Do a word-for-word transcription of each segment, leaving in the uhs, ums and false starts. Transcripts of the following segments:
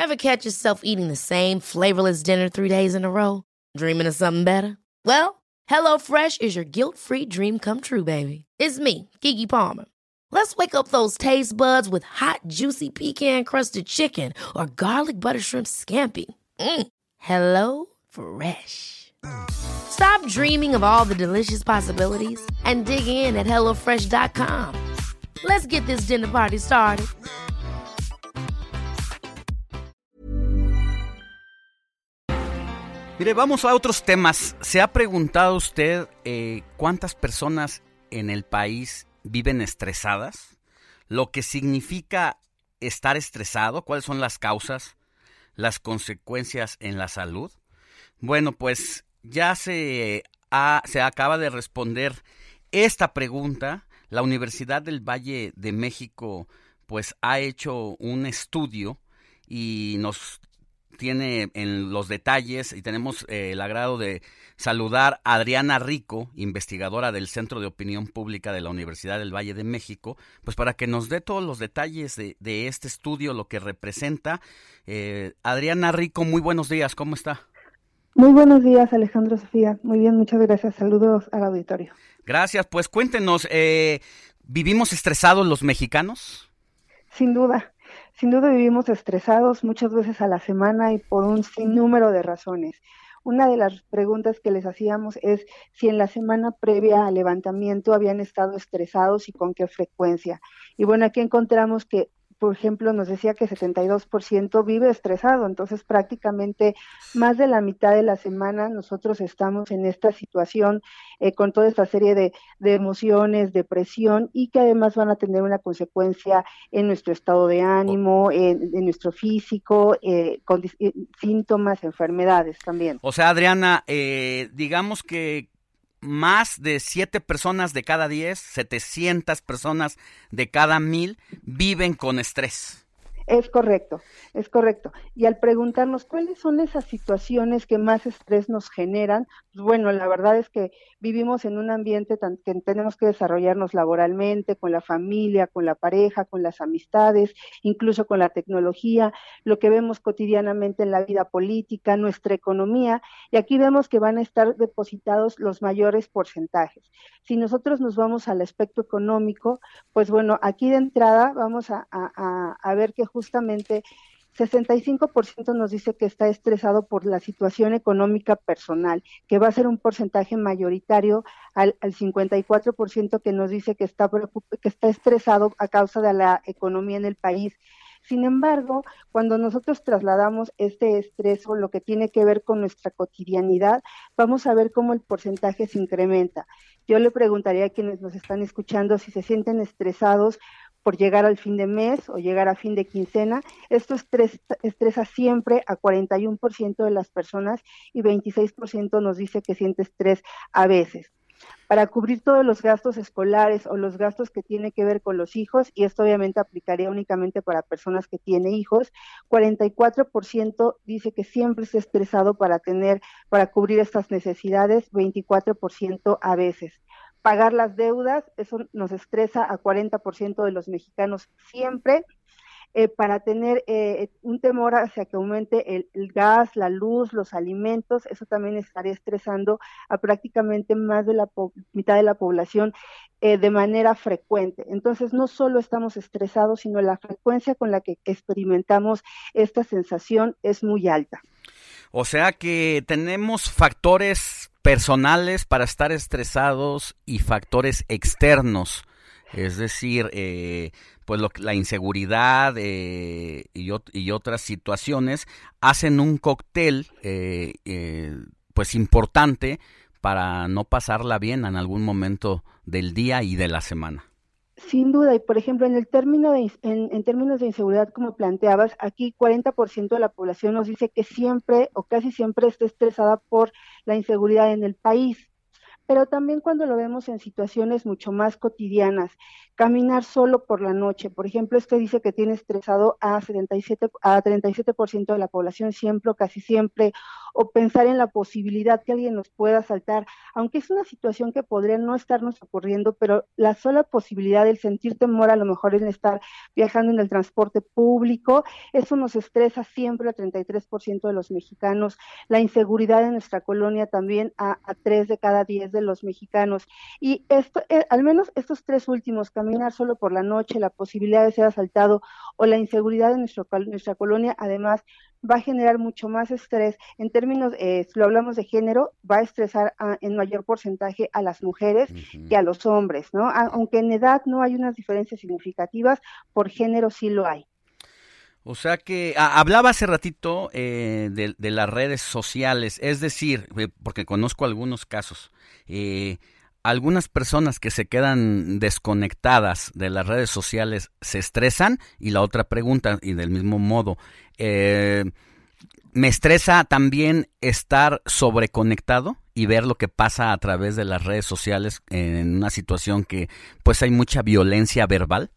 Ever catch yourself eating the same flavorless dinner three days in a row? Dreaming of something better? Well, HelloFresh is your guilt-free dream come true, baby. It's me, Keke Palmer. Let's wake up those taste buds with hot, juicy pecan-crusted chicken or garlic butter shrimp scampi. Mm. Hello Fresh. Stop dreaming of all the delicious possibilities and dig in at hello fresh dot com. Let's get this dinner party started. Mire, vamos a otros temas. ¿Se ha preguntado usted eh, cuántas personas en el país viven estresadas? Lo que significa estar estresado, cuáles son las causas, las consecuencias en la salud. Bueno, pues ya se, ha, se acaba de responder esta pregunta. La Universidad del Valle de México pues ha hecho un estudio y nos tiene en los detalles, y tenemos eh, el agrado de saludar a Adriana Rico, investigadora del Centro de Opinión Pública de la Universidad del Valle de México, pues para que nos dé todos los detalles de, de este estudio, lo que representa. Eh, Adriana Rico, muy buenos días, ¿cómo está? Muy buenos días, Alejandro, Sofía. Muy bien, muchas gracias. Saludos al auditorio. Gracias, pues cuéntenos, eh, ¿vivimos estresados los mexicanos? Sin duda. Sin duda vivimos estresados muchas veces a la semana y por un sinnúmero de razones. Una de las preguntas que les hacíamos es si en la semana previa al levantamiento habían estado estresados y con qué frecuencia. Y bueno, aquí encontramos que, por ejemplo, nos decía que setenta y dos por ciento vive estresado, entonces prácticamente más de la mitad de la semana nosotros estamos en esta situación eh, con toda esta serie de, de emociones, de presión, y que además van a tener una consecuencia en nuestro estado de ánimo, en, en nuestro físico, eh, con eh, síntomas, enfermedades también. O sea, Adriana, eh, digamos que más de siete personas de cada diez, setecientas personas de cada mil viven con estrés. Es correcto, es correcto. Y al preguntarnos cuáles son esas situaciones que más estrés nos generan, pues bueno, la verdad es que vivimos en un ambiente tan, que tenemos que desarrollarnos laboralmente, con la familia, con la pareja, con las amistades, incluso con la tecnología, lo que vemos cotidianamente en la vida política, nuestra economía, y aquí vemos que van a estar depositados los mayores porcentajes. Si nosotros nos vamos al aspecto económico, pues bueno, aquí de entrada vamos a, a, a ver que justamente sesenta y cinco por ciento nos dice que está estresado por la situación económica personal, que va a ser un porcentaje mayoritario al, al cincuenta y cuatro por ciento que nos dice que está, que está estresado a causa de la economía en el país. Sin embargo, cuando nosotros trasladamos este estrés o lo que tiene que ver con nuestra cotidianidad, vamos a ver cómo el porcentaje se incrementa. Yo le preguntaría a quienes nos están escuchando si se sienten estresados por llegar al fin de mes o llegar a fin de quincena. Esto estresa, estresa siempre a cuarenta y uno por ciento de las personas y veintiséis por ciento nos dice que siente estrés a veces. Para cubrir todos los gastos escolares o los gastos que tiene que ver con los hijos, y esto obviamente aplicaría únicamente para personas que tienen hijos, cuarenta y cuatro por ciento dice que siempre está estresado para tener, para cubrir estas necesidades, veinticuatro por ciento a veces. Pagar las deudas, eso nos estresa a cuarenta por ciento de los mexicanos siempre. Eh, para tener eh, un temor hacia que aumente el, el gas, la luz, los alimentos, eso también estaría estresando a prácticamente más de la po- mitad de la población eh, de manera frecuente. Entonces, no solo estamos estresados, sino la frecuencia con la que experimentamos esta sensación es muy alta. O sea que tenemos factores personales para estar estresados y factores externos, es decir, eh, pues lo, la inseguridad eh, y, y otras situaciones hacen un cóctel eh, eh, pues importante para no pasarla bien en algún momento del día y de la semana. Sin duda, y por ejemplo, en el término de, en, en términos de inseguridad, como planteabas, aquí cuarenta por ciento de la población nos dice que siempre o casi siempre está estresada por la inseguridad en el país. pero también cuando lo vemos en situaciones mucho más cotidianas, caminar solo por la noche, por ejemplo, este dice que tiene estresado a setenta y siete, a treinta y siete por ciento de la población siempre o casi siempre, o pensar en la posibilidad que alguien nos pueda asaltar, aunque es una situación que podría no estarnos ocurriendo, pero la sola posibilidad del sentir temor a lo mejor en estar viajando en el transporte público, eso nos estresa siempre a treinta y tres por ciento de los mexicanos, la inseguridad en nuestra colonia también a, a tres de cada diez de los mexicanos. Y esto, eh, al menos estos tres últimos, caminar solo por la noche, la posibilidad de ser asaltado o la inseguridad en nuestro, nuestra colonia, además va a generar mucho más estrés. En términos, eh, si lo hablamos de género, va a estresar a, en mayor porcentaje a las mujeres uh-huh. que a los hombres, ¿no? A, aunque en edad no hay unas diferencias significativas, por género sí lo hay. O sea que a, hablaba hace ratito eh, de, de las redes sociales, es decir, eh, porque conozco algunos casos, eh, algunas personas que se quedan desconectadas de las redes sociales se estresan, y la otra pregunta, y del mismo modo, eh, me estresa también estar sobreconectado y ver lo que pasa a través de las redes sociales en una situación que pues hay mucha violencia verbal.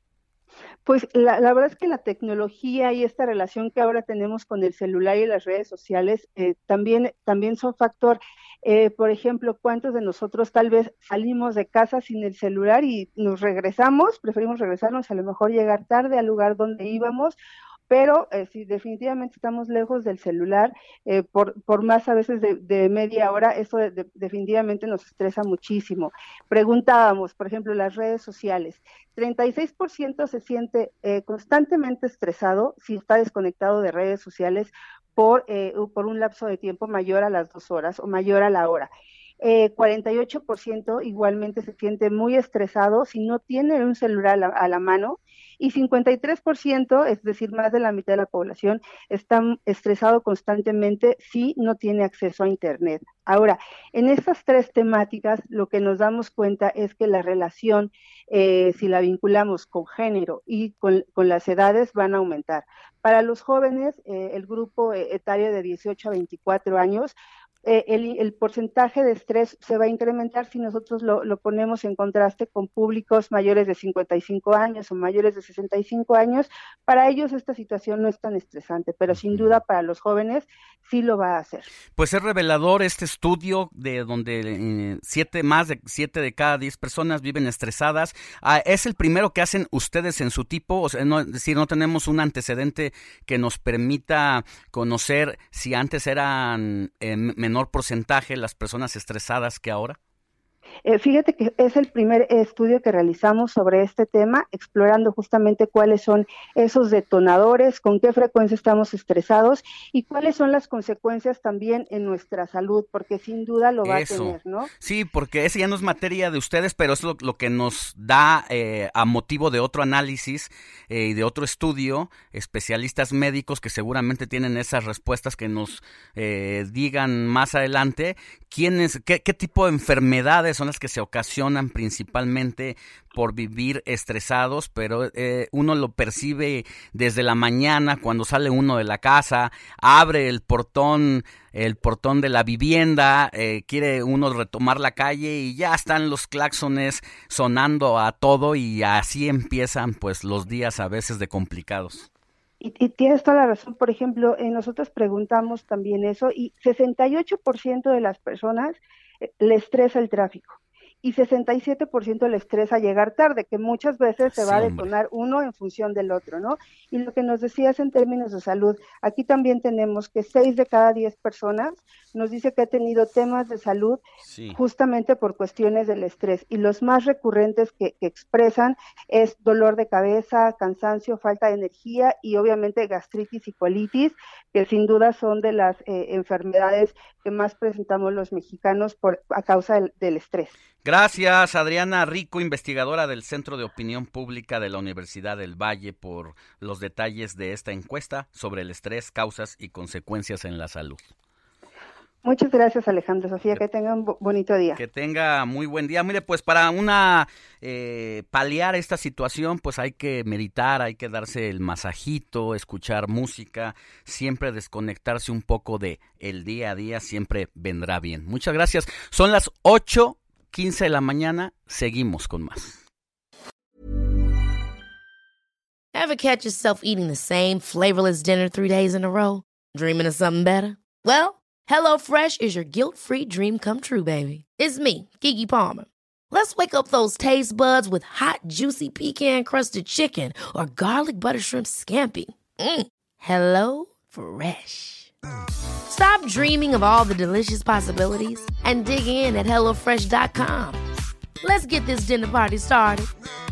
Pues la, la verdad es que la tecnología y esta relación que ahora tenemos con el celular y las redes sociales eh, también, también son factor. Eh, por ejemplo, ¿cuántos de nosotros tal vez salimos de casa sin el celular y nos regresamos? Preferimos regresarnos, a lo mejor llegar tarde al lugar donde íbamos, pero eh, si definitivamente estamos lejos del celular, eh, por, por más a veces de, de media hora, eso de, de, definitivamente nos estresa muchísimo. Preguntábamos, por ejemplo, las redes sociales, treinta y seis por ciento se siente eh, constantemente estresado si está desconectado de redes sociales por, eh, por un lapso de tiempo mayor a las dos horas o mayor a la hora. Eh, cuarenta y ocho por ciento igualmente se siente muy estresado si no tiene un celular a la, a la mano, y cincuenta y tres por ciento, es decir, más de la mitad de la población, está estresado constantemente si no tiene acceso a Internet. Ahora, en estas tres temáticas, lo que nos damos cuenta es que la relación, eh, si la vinculamos con género y con, con las edades, van a aumentar. Para los jóvenes, eh, el grupo etario de dieciocho a veinticuatro años, Eh, el, el porcentaje de estrés se va a incrementar si nosotros lo, lo ponemos en contraste con públicos mayores de cincuenta y cinco años o mayores de sesenta y cinco años. Para ellos esta situación no es tan estresante, pero sin duda para los jóvenes sí lo va a hacer. Pues es revelador este estudio de donde eh, siete, más de siete de cada diez personas viven estresadas. Ah, ¿es el primero que hacen ustedes en su tipo? O sea, no, es decir, no tenemos un antecedente que nos permita conocer si antes eran eh, menor porcentaje las personas estresadas que ahora. Eh, fíjate que es el primer estudio que realizamos sobre este tema, explorando justamente cuáles son esos detonadores, con qué frecuencia estamos estresados y cuáles son las consecuencias también en nuestra salud, porque sin duda lo va Eso. a tener, ¿no? Sí, porque esa ya no es materia de ustedes, pero es lo, lo que nos da eh, a motivo de otro análisis eh, y de otro estudio, especialistas médicos que seguramente tienen esas respuestas que nos eh, digan más adelante, quiénes, qué, qué tipo de enfermedades son las que se ocasionan principalmente por vivir estresados, pero eh, uno lo percibe desde la mañana cuando sale uno de la casa, abre el portón, el portón de la vivienda, eh, quiere uno retomar la calle y ya están los claxones sonando a todo y así empiezan pues los días a veces de complicados. Y, y tienes toda la razón. Por ejemplo, eh, nosotros preguntamos también eso y sesenta y ocho por ciento de las personas eh, le estresa el tráfico y sesenta y siete por ciento le estresa llegar tarde, que muchas veces se sí, va a detonar hombre. uno en función del otro, ¿no? Y lo que nos decías en términos de salud, aquí también tenemos que seis de cada diez personas nos dice que ha tenido temas de salud sí. justamente por cuestiones del estrés, y los más recurrentes que, que expresan es dolor de cabeza, cansancio, falta de energía y obviamente gastritis y colitis, que sin duda son de las eh, enfermedades que más presentamos los mexicanos por, a causa del, del estrés. Gracias, Adriana Rico, investigadora del Centro de Opinión Pública de la Universidad del Valle, por los detalles de esta encuesta sobre el estrés, causas y consecuencias en la salud. Muchas gracias, Alejandro. Sofía, que tenga un bonito día. Que tenga muy buen día. Mire, pues para una eh, paliar esta situación, pues hay que meditar, hay que darse el masajito, escuchar música, siempre desconectarse un poco de el día a día, siempre vendrá bien. Muchas gracias. Son las ocho quince de la mañana, seguimos con más. Ever catch yourself eating the same flavorless dinner three days in a row? Dreaming of something better? Well, HelloFresh is your guilt-free dream come true, baby. It's me, Keke Palmer. Let's wake up those taste buds with hot, juicy pecan-crusted chicken or garlic butter shrimp scampi. Mm. Hello Fresh. Stop dreaming of all the delicious possibilities and dig in at hello fresh dot com. Let's get this dinner party started.